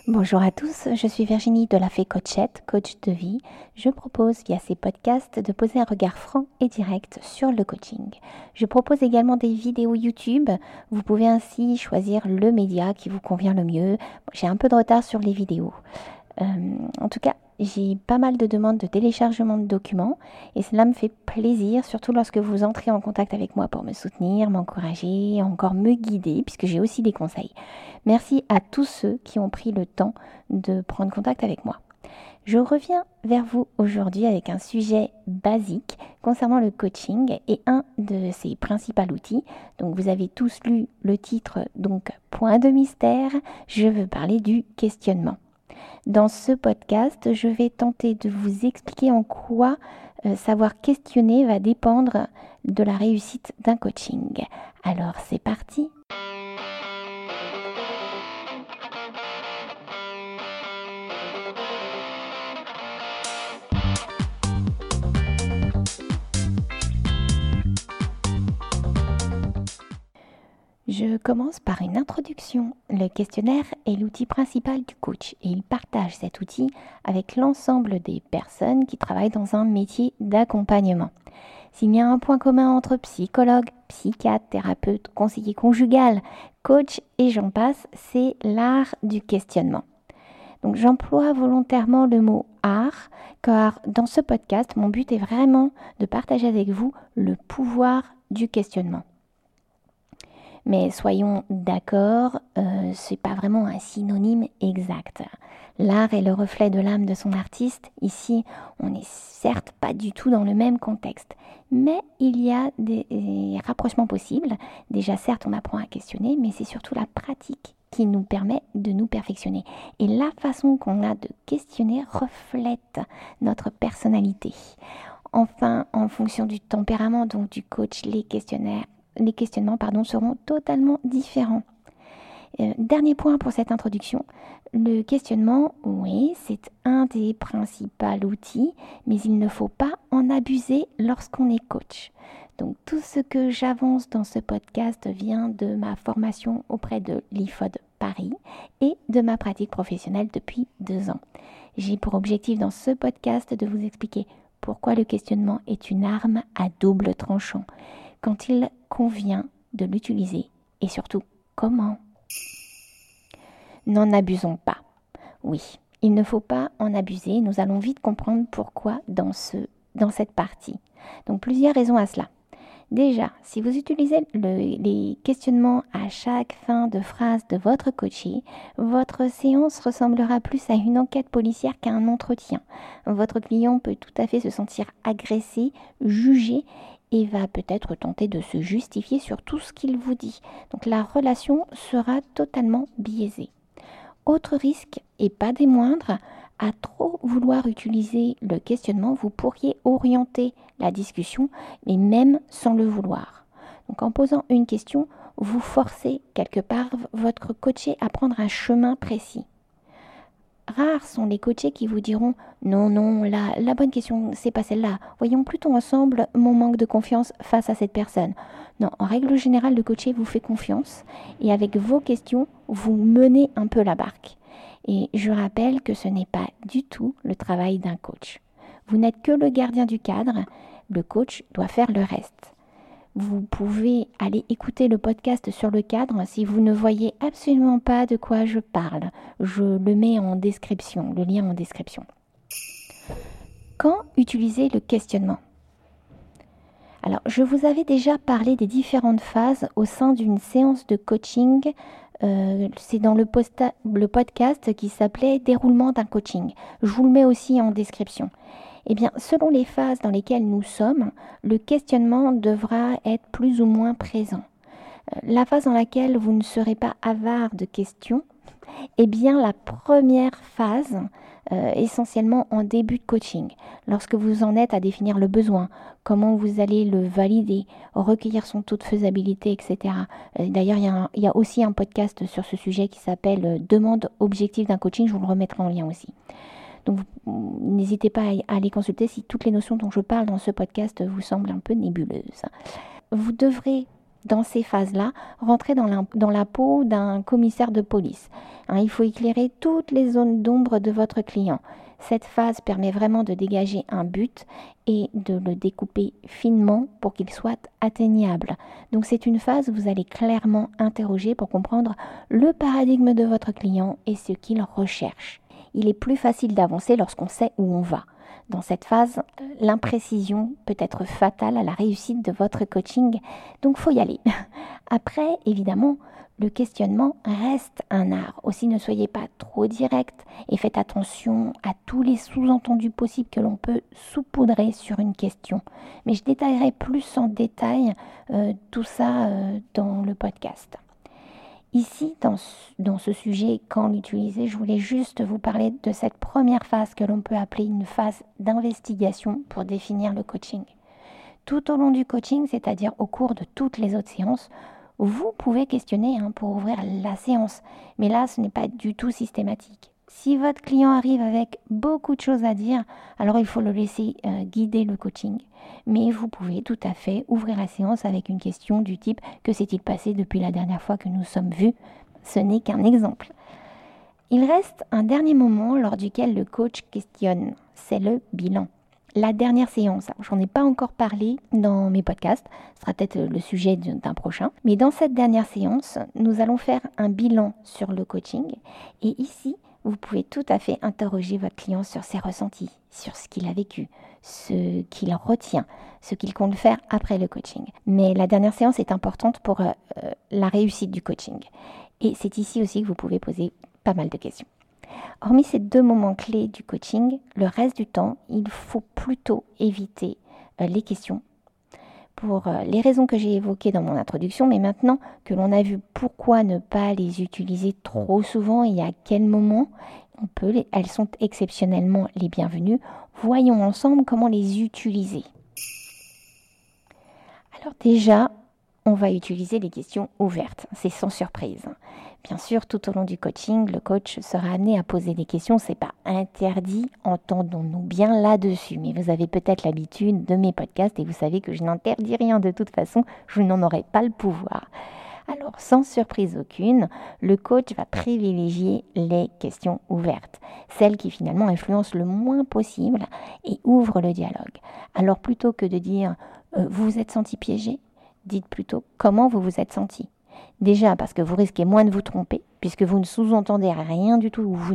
Bonjour à tous, je suis Virginie de la Fée Coachette, coach de vie. Je propose via ces podcasts de poser un regard franc et direct sur le coaching. Je propose également des vidéos YouTube. Vous pouvez ainsi choisir le média qui vous convient le mieux. J'ai un peu de retard sur les vidéos. En tout cas, j'ai pas mal de demandes de téléchargement de documents et cela me fait plaisir, surtout lorsque vous entrez en contact avec moi pour me soutenir, m'encourager, encore me guider, puisque j'ai aussi des conseils. Merci à tous ceux qui ont pris le temps de prendre contact avec moi. Je reviens vers vous aujourd'hui avec un sujet basique concernant le coaching et un de ses principaux outils. Donc vous avez tous lu le titre, donc point de mystère, je veux parler du questionnement. Dans ce podcast, je vais tenter de vous expliquer en quoi savoir questionner va dépendre de la réussite d'un coaching. Alors c'est parti! Je commence par une introduction. Le questionnaire est l'outil principal du coach et il partage cet outil avec l'ensemble des personnes qui travaillent dans un métier d'accompagnement. S'il y a un point commun entre psychologue, psychiatre, thérapeute, conseiller conjugal, coach et j'en passe, c'est l'art du questionnement. Donc j'emploie volontairement le mot art car dans ce podcast, mon but est vraiment de partager avec vous le pouvoir du questionnement. Mais soyons d'accord, c'est pas vraiment un synonyme exact. L'art est le reflet de l'âme de son artiste. Ici, on n'est certes pas du tout dans le même contexte, mais il y a des rapprochements possibles. Déjà, certes, on apprend à questionner, mais c'est surtout la pratique qui nous permet de nous perfectionner. Et la façon qu'on a de questionner reflète notre personnalité. Enfin, en fonction du tempérament donc du coach, les questionnements seront totalement différents. Dernier point pour cette introduction, le questionnement, oui, c'est un des principaux outils, mais il ne faut pas en abuser lorsqu'on est coach. Donc tout ce que j'avance dans ce podcast vient de ma formation auprès de l'IFOD Paris et de ma pratique professionnelle depuis 2 ans. J'ai pour objectif dans ce podcast de vous expliquer pourquoi le questionnement est une arme à double tranchant, quand il convient de l'utiliser et surtout comment. N'en abusons pas. Oui, il ne faut pas en abuser. Nous allons vite comprendre pourquoi dans cette partie. Donc plusieurs raisons à cela. Déjà, si vous utilisez les questionnements à chaque fin de phrase de votre coaching, votre séance ressemblera plus à une enquête policière qu'à un entretien. Votre client peut tout à fait se sentir agressé, jugé et va peut-être tenter de se justifier sur tout ce qu'il vous dit. Donc la relation sera totalement biaisée. Autre risque, et pas des moindres, à trop vouloir utiliser le questionnement, vous pourriez orienter la discussion, mais même sans le vouloir. Donc en posant une question, vous forcez quelque part votre coaché à prendre un chemin précis. Rares sont les coachés qui vous diront « Non, la bonne question, c'est pas celle-là. Voyons plutôt ensemble mon manque de confiance face à cette personne. » Non, en règle générale, le coaché vous fait confiance et avec vos questions, vous menez un peu la barque. Et je rappelle que ce n'est pas du tout le travail d'un coach. Vous n'êtes que le gardien du cadre, le coach doit faire le reste. Vous pouvez aller écouter le podcast sur le cadre si vous ne voyez absolument pas de quoi je parle. Je le mets en description, le lien en description. Quand utiliser le questionnement ? Alors, je vous avais déjà parlé des différentes phases au sein d'une séance de coaching. C'est dans le podcast qui s'appelait « Déroulement d'un coaching ». Je vous le mets aussi en description. Eh bien, selon les phases dans lesquelles nous sommes, le questionnement devra être plus ou moins présent. La phase dans laquelle vous ne serez pas avare de questions, eh bien, la première phase, essentiellement en début de coaching, lorsque vous en êtes à définir le besoin, comment vous allez le valider, recueillir son taux de faisabilité, etc. D'ailleurs, il y a aussi un podcast sur ce sujet qui s'appelle « Demande objective d'un coaching », je vous le remettrai en lien aussi. Donc, n'hésitez pas à aller consulter si toutes les notions dont je parle dans ce podcast vous semblent un peu nébuleuses. Vous devrez dans ces phases-là, rentrer dans la peau d'un commissaire de police. Il faut éclairer toutes les zones d'ombre de votre client. Cette phase permet vraiment de dégager un but et de le découper finement pour qu'il soit atteignable. Donc c'est une phase où vous allez clairement interroger pour comprendre le paradigme de votre client et ce qu'il recherche. Il est plus facile d'avancer lorsqu'on sait où on va. Dans cette phase, l'imprécision peut être fatale à la réussite de votre coaching, donc faut y aller. Après, évidemment, le questionnement reste un art. Aussi, ne soyez pas trop direct et faites attention à tous les sous-entendus possibles que l'on peut saupoudrer sur une question. Mais je détaillerai plus en détail tout ça dans le podcast. Ici, dans ce sujet, quand l'utiliser, je voulais juste vous parler de cette première phase que l'on peut appeler une phase d'investigation pour définir le coaching. Tout au long du coaching, c'est-à-dire au cours de toutes les autres séances, vous pouvez questionner pour ouvrir la séance, mais là, ce n'est pas du tout systématique. Si votre client arrive avec beaucoup de choses à dire, alors il faut le laisser guider le coaching. Mais vous pouvez tout à fait ouvrir la séance avec une question du type « Que s'est-il passé depuis la dernière fois que nous sommes vus ?» Ce n'est qu'un exemple. Il reste un dernier moment lors duquel le coach questionne, c'est le bilan. La dernière séance, j'en ai pas encore parlé dans mes podcasts, ce sera peut-être le sujet d'un prochain, mais dans cette dernière séance, nous allons faire un bilan sur le coaching et ici, vous pouvez tout à fait interroger votre client sur ses ressentis, sur ce qu'il a vécu, ce qu'il retient, ce qu'il compte faire après le coaching. Mais la dernière séance est importante pour la réussite du coaching et c'est ici aussi que vous pouvez poser pas mal de questions. Hormis ces 2 moments clés du coaching, le reste du temps, il faut plutôt éviter les questions pour les raisons que j'ai évoquées dans mon introduction, mais maintenant que l'on a vu pourquoi ne pas les utiliser trop souvent et à quel moment elles sont exceptionnellement les bienvenues, voyons ensemble comment les utiliser. Alors déjà, on va utiliser les questions ouvertes, c'est sans surprise. Bien sûr, tout au long du coaching, le coach sera amené à poser des questions, c'est pas interdit, entendons-nous bien là-dessus. Mais vous avez peut-être l'habitude de mes podcasts et vous savez que je n'interdis rien de toute façon, je n'en aurai pas le pouvoir. Alors, sans surprise aucune, le coach va privilégier les questions ouvertes, celles qui finalement influencent le moins possible et ouvrent le dialogue. Alors, plutôt que de dire « vous vous êtes senti piégé », dites plutôt « comment vous vous êtes senti ». Déjà parce que vous risquez moins de vous tromper, puisque vous ne sous-entendez rien du tout, ou vous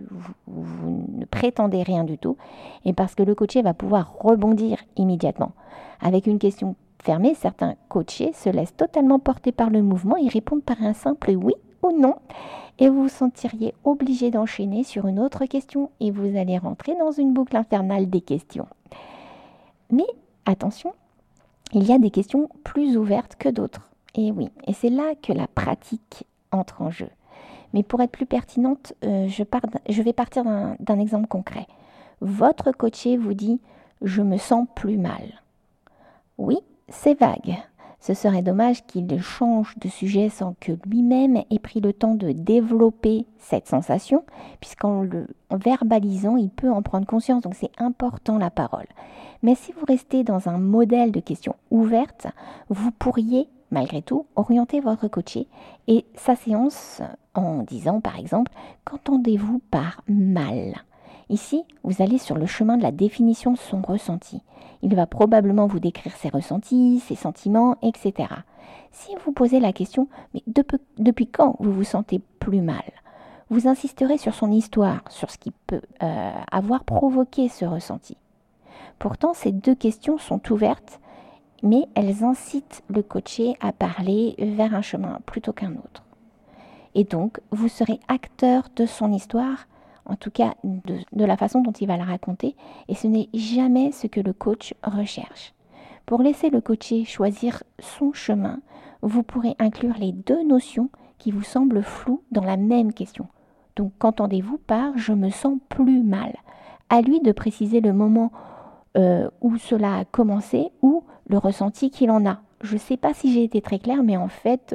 ne prétendez rien du tout, et parce que le coaché va pouvoir rebondir immédiatement. Avec une question fermée, certains coachés se laissent totalement porter par le mouvement et répondent par un simple oui ou non, et vous vous sentiriez obligé d'enchaîner sur une autre question, et vous allez rentrer dans une boucle infernale des questions. Mais attention, il y a des questions plus ouvertes que d'autres. Et oui, et c'est là que la pratique entre en jeu. Mais pour être plus pertinente, je vais partir d'un exemple concret. Votre coaché vous dit « je me sens plus mal ». Oui, c'est vague. Ce serait dommage qu'il change de sujet sans que lui-même ait pris le temps de développer cette sensation, puisqu'en verbalisant, il peut en prendre conscience, donc c'est important la parole. Mais si vous restez dans un modèle de questions ouvertes, vous pourriez malgré tout, orienter votre coaché et sa séance en disant par exemple « qu'entendez-vous par mal ?» Ici, vous allez sur le chemin de la définition de son ressenti. Il va probablement vous décrire ses ressentis, ses sentiments, etc. Si vous posez la question « mais depuis quand vous vous sentez plus mal ?» vous insisterez sur son histoire, sur ce qui peut avoir provoqué ce ressenti. Pourtant, ces 2 questions sont ouvertes, mais elles incitent le coaché à parler vers un chemin plutôt qu'un autre. Et donc, vous serez acteur de son histoire, en tout cas de la façon dont il va la raconter, et ce n'est jamais ce que le coach recherche. Pour laisser le coaché choisir son chemin, vous pourrez inclure les 2 notions qui vous semblent floues dans la même question. Donc, qu'entendez-vous par « je me sens plus mal » ? À lui de préciser le moment où cela a commencé ou le ressenti qu'il en a. Je ne sais pas si j'ai été très claire, mais en fait,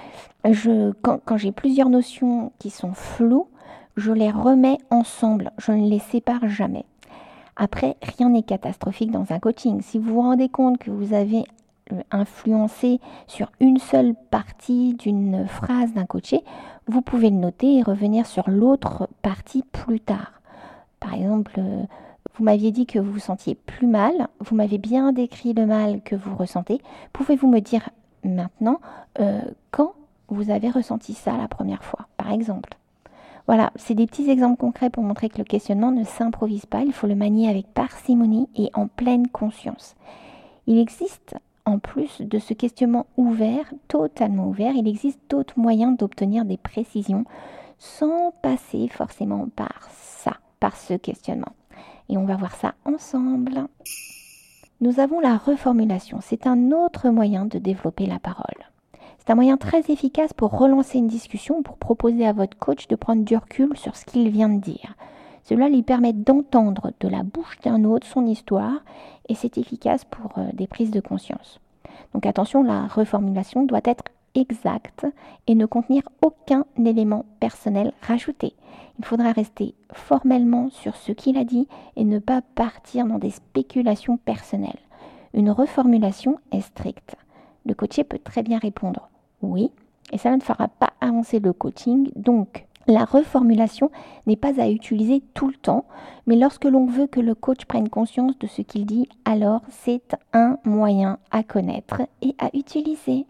quand j'ai plusieurs notions qui sont floues, je les remets ensemble, je ne les sépare jamais. Après, rien n'est catastrophique dans un coaching. Si vous vous rendez compte que vous avez influencer sur une seule partie d'une phrase d'un coaché, vous pouvez le noter et revenir sur l'autre partie plus tard. Par exemple, vous m'aviez dit que vous vous sentiez plus mal, vous m'avez bien décrit le mal que vous ressentez. Pouvez-vous me dire maintenant quand vous avez ressenti ça la première fois, par exemple? Voilà, c'est des petits exemples concrets pour montrer que le questionnement ne s'improvise pas, il faut le manier avec parcimonie et en pleine conscience. Il existe, en plus de ce questionnement ouvert, totalement ouvert, il existe d'autres moyens d'obtenir des précisions sans passer forcément par ça, par ce questionnement. Et on va voir ça ensemble. Nous avons la reformulation, c'est un autre moyen de développer la parole. C'est un moyen très efficace pour relancer une discussion, pour proposer à votre coach de prendre du recul sur ce qu'il vient de dire. Cela lui permet d'entendre de la bouche d'un autre son histoire et c'est efficace pour des prises de conscience. Donc attention, la reformulation doit être exacte et ne contenir aucun élément personnel rajouté. Il faudra rester formellement sur ce qu'il a dit et ne pas partir dans des spéculations personnelles. Une reformulation est stricte. Le coaché peut très bien répondre oui, et ça ne fera pas avancer le coaching. Donc, la reformulation n'est pas à utiliser tout le temps, mais lorsque l'on veut que le coach prenne conscience de ce qu'il dit, alors c'est un moyen à connaître et à utiliser.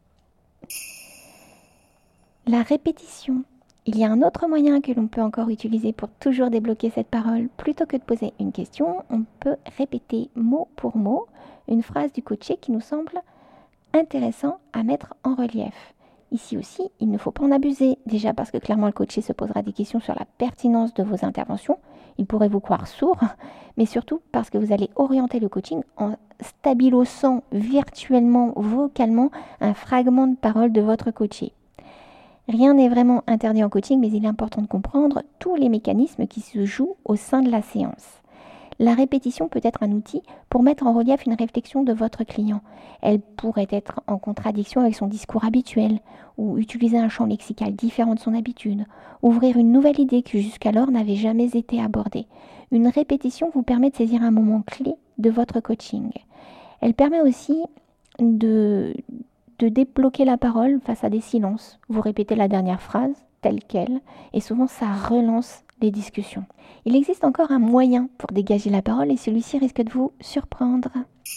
La répétition. Il y a un autre moyen que l'on peut encore utiliser pour toujours débloquer cette parole. Plutôt que de poser une question, on peut répéter mot pour mot une phrase du coaché qui nous semble intéressant à mettre en relief. Ici aussi, il ne faut pas en abuser. Déjà parce que clairement le coaché se posera des questions sur la pertinence de vos interventions. Il pourrait vous croire sourd, mais surtout parce que vous allez orienter le coaching en stabilosant virtuellement, vocalement, un fragment de parole de votre coaché. Rien n'est vraiment interdit en coaching, mais il est important de comprendre tous les mécanismes qui se jouent au sein de la séance. La répétition peut être un outil pour mettre en relief une réflexion de votre client. Elle pourrait être en contradiction avec son discours habituel, ou utiliser un champ lexical différent de son habitude, ouvrir une nouvelle idée qui jusqu'alors n'avait jamais été abordée. Une répétition vous permet de saisir un moment clé de votre coaching. Elle permet aussi de débloquer la parole face à des silences. Vous répétez la dernière phrase telle qu'elle, et souvent ça relance les discussions. Il existe encore un moyen pour dégager la parole et celui-ci risque de vous surprendre.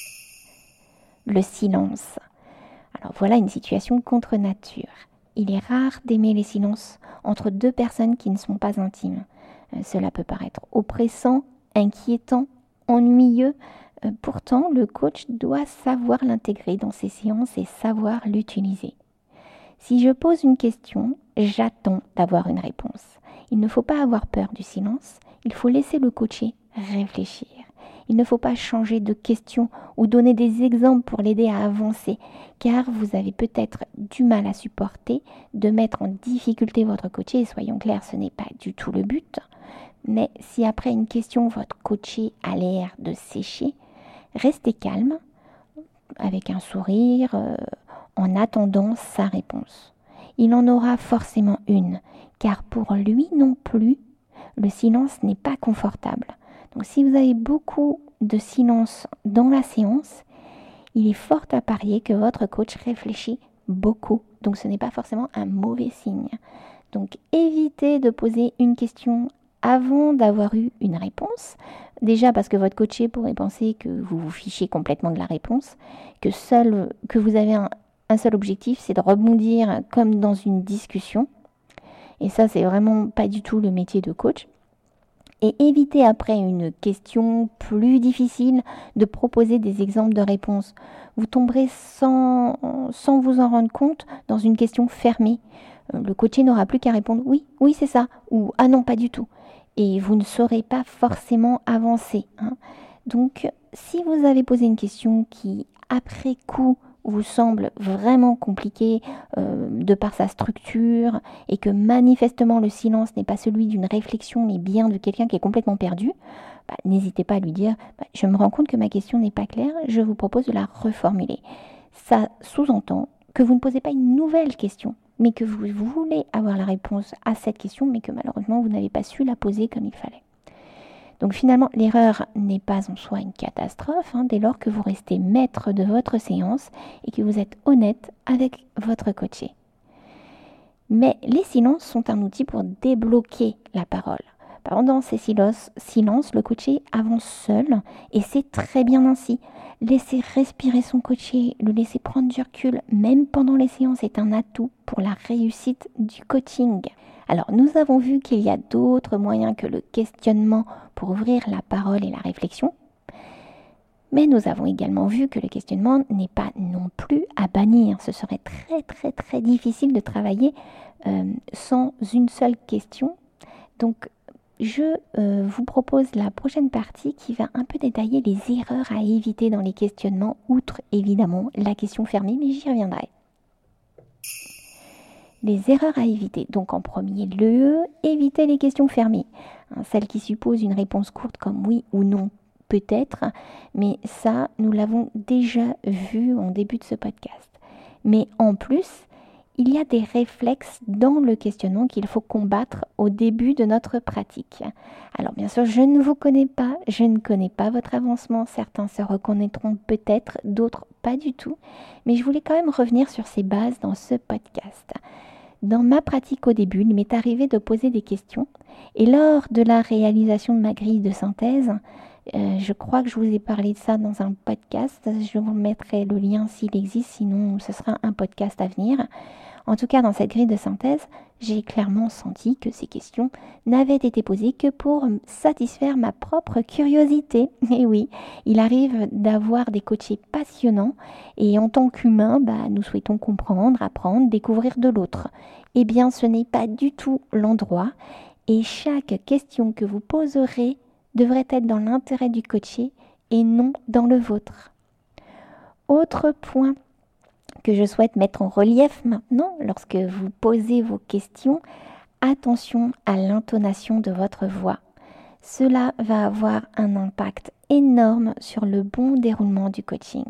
Le silence. Alors voilà une situation contre nature. Il est rare d'aimer les silences entre deux personnes qui ne sont pas intimes. Cela peut paraître oppressant, inquiétant, ennuyeux. Pourtant, le coach doit savoir l'intégrer dans ses séances et savoir l'utiliser. Si je pose une question, j'attends d'avoir une réponse. Il ne faut pas avoir peur du silence, il faut laisser le coaché réfléchir. Il ne faut pas changer de question ou donner des exemples pour l'aider à avancer, car vous avez peut-être du mal à supporter de mettre en difficulté votre coaché, et soyons clairs, ce n'est pas du tout le but. Mais si après une question, votre coaché a l'air de sécher, restez calme, avec un sourire, en attendant sa réponse. Il en aura forcément une, car pour lui non plus, le silence n'est pas confortable. Donc si vous avez beaucoup de silence dans la séance, il est fort à parier que votre coach réfléchit beaucoup. Donc ce n'est pas forcément un mauvais signe. Donc évitez de poser une question avant d'avoir eu une réponse. Déjà parce que votre coaché pourrait penser que vous vous fichez complètement de la réponse, que vous avez un seul objectif, c'est de rebondir comme dans une discussion. Et ça, c'est vraiment pas du tout le métier de coach. Et évitez après une question plus difficile de proposer des exemples de réponses. Vous tomberez sans vous en rendre compte dans une question fermée. Le coaché n'aura plus qu'à répondre oui c'est ça, ou ah non pas du tout. Et vous ne saurez pas forcément avancer. Donc si vous avez posé une question qui après coup vous semble vraiment compliqué de par sa structure et que manifestement le silence n'est pas celui d'une réflexion mais bien de quelqu'un qui est complètement perdu, n'hésitez pas à lui dire je me rends compte que ma question n'est pas claire, je vous propose de la reformuler. Ça sous-entend que vous ne posez pas une nouvelle question, mais que vous voulez avoir la réponse à cette question, mais que malheureusement vous n'avez pas su la poser comme il fallait. Donc finalement, l'erreur n'est pas en soi une catastrophe, dès lors que vous restez maître de votre séance et que vous êtes honnête avec votre coaché. Mais les silences sont un outil pour débloquer la parole. Pendant ces silences, le coaché avance seul et c'est très bien ainsi. Laisser respirer son coaché, le laisser prendre du recul, même pendant les séances, est un atout pour la réussite du coaching. Alors, nous avons vu qu'il y a d'autres moyens que le questionnement pour ouvrir la parole et la réflexion. Mais nous avons également vu que le questionnement n'est pas non plus à bannir. Ce serait très difficile de travailler sans une seule question. Donc, je vous propose la prochaine partie qui va un peu détailler les erreurs à éviter dans les questionnements, outre évidemment la question fermée, mais j'y reviendrai. Les erreurs à éviter. Donc en premier lieu, éviter les questions fermées. Celles qui supposent une réponse courte comme oui ou non, peut-être, mais ça, nous l'avons déjà vu en début de ce podcast. Mais en plus, il y a des réflexes dans le questionnement qu'il faut combattre au début de notre pratique. Alors bien sûr, je ne vous connais pas, je ne connais pas votre avancement. Certains se reconnaîtront peut-être, d'autres pas du tout. Mais je voulais quand même revenir sur ces bases dans ce podcast. Dans ma pratique au début, il m'est arrivé de poser des questions. Et lors de la réalisation de ma grille de synthèse, je crois que je vous ai parlé de ça dans un podcast. Je vous mettrai le lien s'il existe, sinon ce sera un podcast à venir. En tout cas, dans cette grille de synthèse, j'ai clairement senti que ces questions n'avaient été posées que pour satisfaire ma propre curiosité. Et oui, il arrive d'avoir des coachés passionnants et en tant qu'humains, nous souhaitons comprendre, apprendre, découvrir de l'autre. Eh bien, ce n'est pas du tout l'endroit et chaque question que vous poserez devrait être dans l'intérêt du coaché et non dans le vôtre. Autre point que je souhaite mettre en relief maintenant, lorsque vous posez vos questions, attention à l'intonation de votre voix. Cela va avoir un impact énorme sur le bon déroulement du coaching.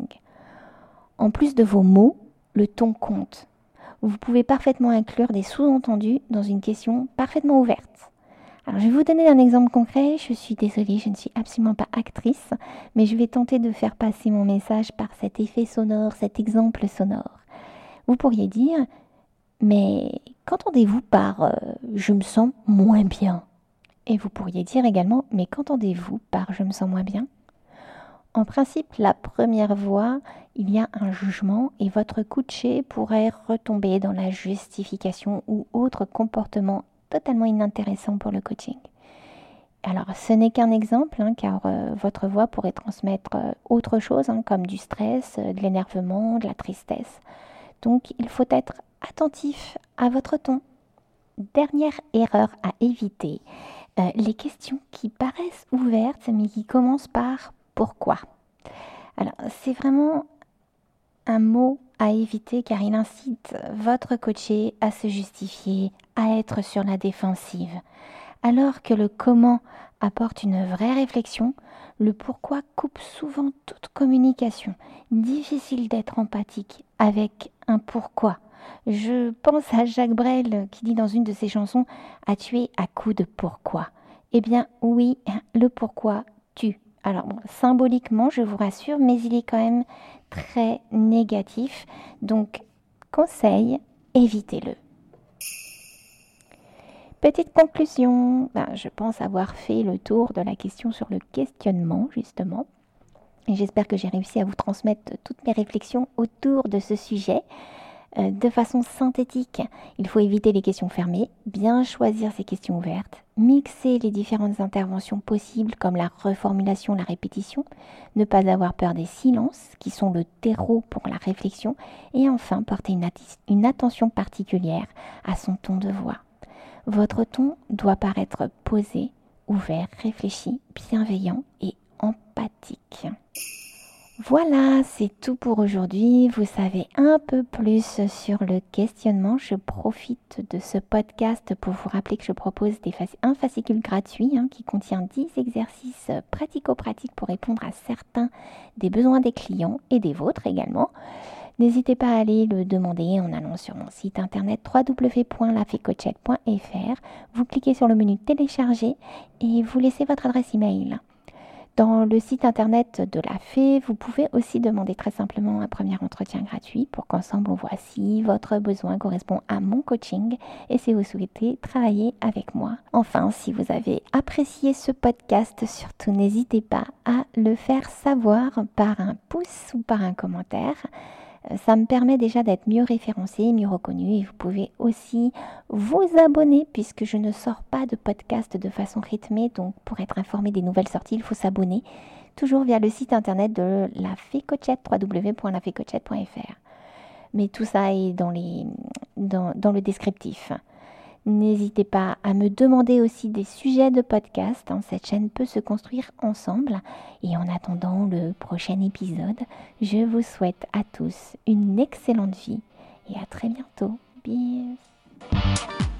En plus de vos mots, le ton compte. Vous pouvez parfaitement inclure des sous-entendus dans une question parfaitement ouverte. Alors, je vais vous donner un exemple concret. Je suis désolée, je ne suis absolument pas actrice, mais je vais tenter de faire passer mon message par cet effet sonore, cet exemple sonore. Vous pourriez dire, mais qu'entendez-vous par je me sens moins bien » Et vous pourriez dire également, mais qu'entendez-vous par je me sens moins bien » En principe, la première voix, il y a un jugement et votre coaché pourrait retomber dans la justification ou autre comportement totalement inintéressant pour le coaching. Alors, ce n'est qu'un exemple, car votre voix pourrait transmettre autre chose, comme du stress, de l'énervement, de la tristesse. Donc, il faut être attentif à votre ton. Dernière erreur à éviter, les questions qui paraissent ouvertes, mais qui commencent par « pourquoi ?» Alors, c'est vraiment un mot à éviter car il incite votre coaché à se justifier, à être sur la défensive. Alors que le comment apporte une vraie réflexion, le pourquoi coupe souvent toute communication. Difficile d'être empathique avec un pourquoi. Je pense à Jacques Brel qui dit dans une de ses chansons « à tuer à coups de pourquoi ». Eh bien oui, le pourquoi tue. Alors symboliquement, je vous rassure, mais il est quand même très négatif. Donc, conseil, évitez-le. Petite conclusion, je pense avoir fait le tour de la question sur le questionnement, justement. Et j'espère que j'ai réussi à vous transmettre toutes mes réflexions autour de ce sujet. De façon synthétique, il faut éviter les questions fermées, bien choisir ces questions ouvertes, mixer les différentes interventions possibles comme la reformulation, la répétition, ne pas avoir peur des silences qui sont le terreau pour la réflexion et enfin porter une attention particulière à son ton de voix. Votre ton doit paraître posé, ouvert, réfléchi, bienveillant et empathique. Voilà, c'est tout pour aujourd'hui. Vous savez un peu plus sur le questionnement. Je profite de ce podcast pour vous rappeler que je propose un fascicule gratuit qui contient 10 exercices pratico-pratiques pour répondre à certains des besoins des clients et des vôtres également. N'hésitez pas à aller le demander en allant sur mon site internet www.lafecoachette.fr. Vous cliquez sur le menu télécharger et vous laissez votre adresse email. Dans le site internet de la Fée, vous pouvez aussi demander très simplement un premier entretien gratuit pour qu'ensemble on voit si votre besoin correspond à mon coaching et si vous souhaitez travailler avec moi. Enfin, si vous avez apprécié ce podcast, surtout n'hésitez pas à le faire savoir par un pouce ou par un commentaire. Ça me permet déjà d'être mieux référencé, mieux reconnu, et vous pouvez aussi vous abonner puisque je ne sors pas de podcast de façon rythmée, donc pour être informé des nouvelles sorties, il faut s'abonner, toujours via le site internet de la Fée Coachette, www.lafecoachette.fr. Mais tout ça est dans le descriptif. N'hésitez pas à me demander aussi des sujets de podcast. Cette chaîne peut se construire ensemble. Et en attendant le prochain épisode, je vous souhaite à tous une excellente vie et à très bientôt. Bisous.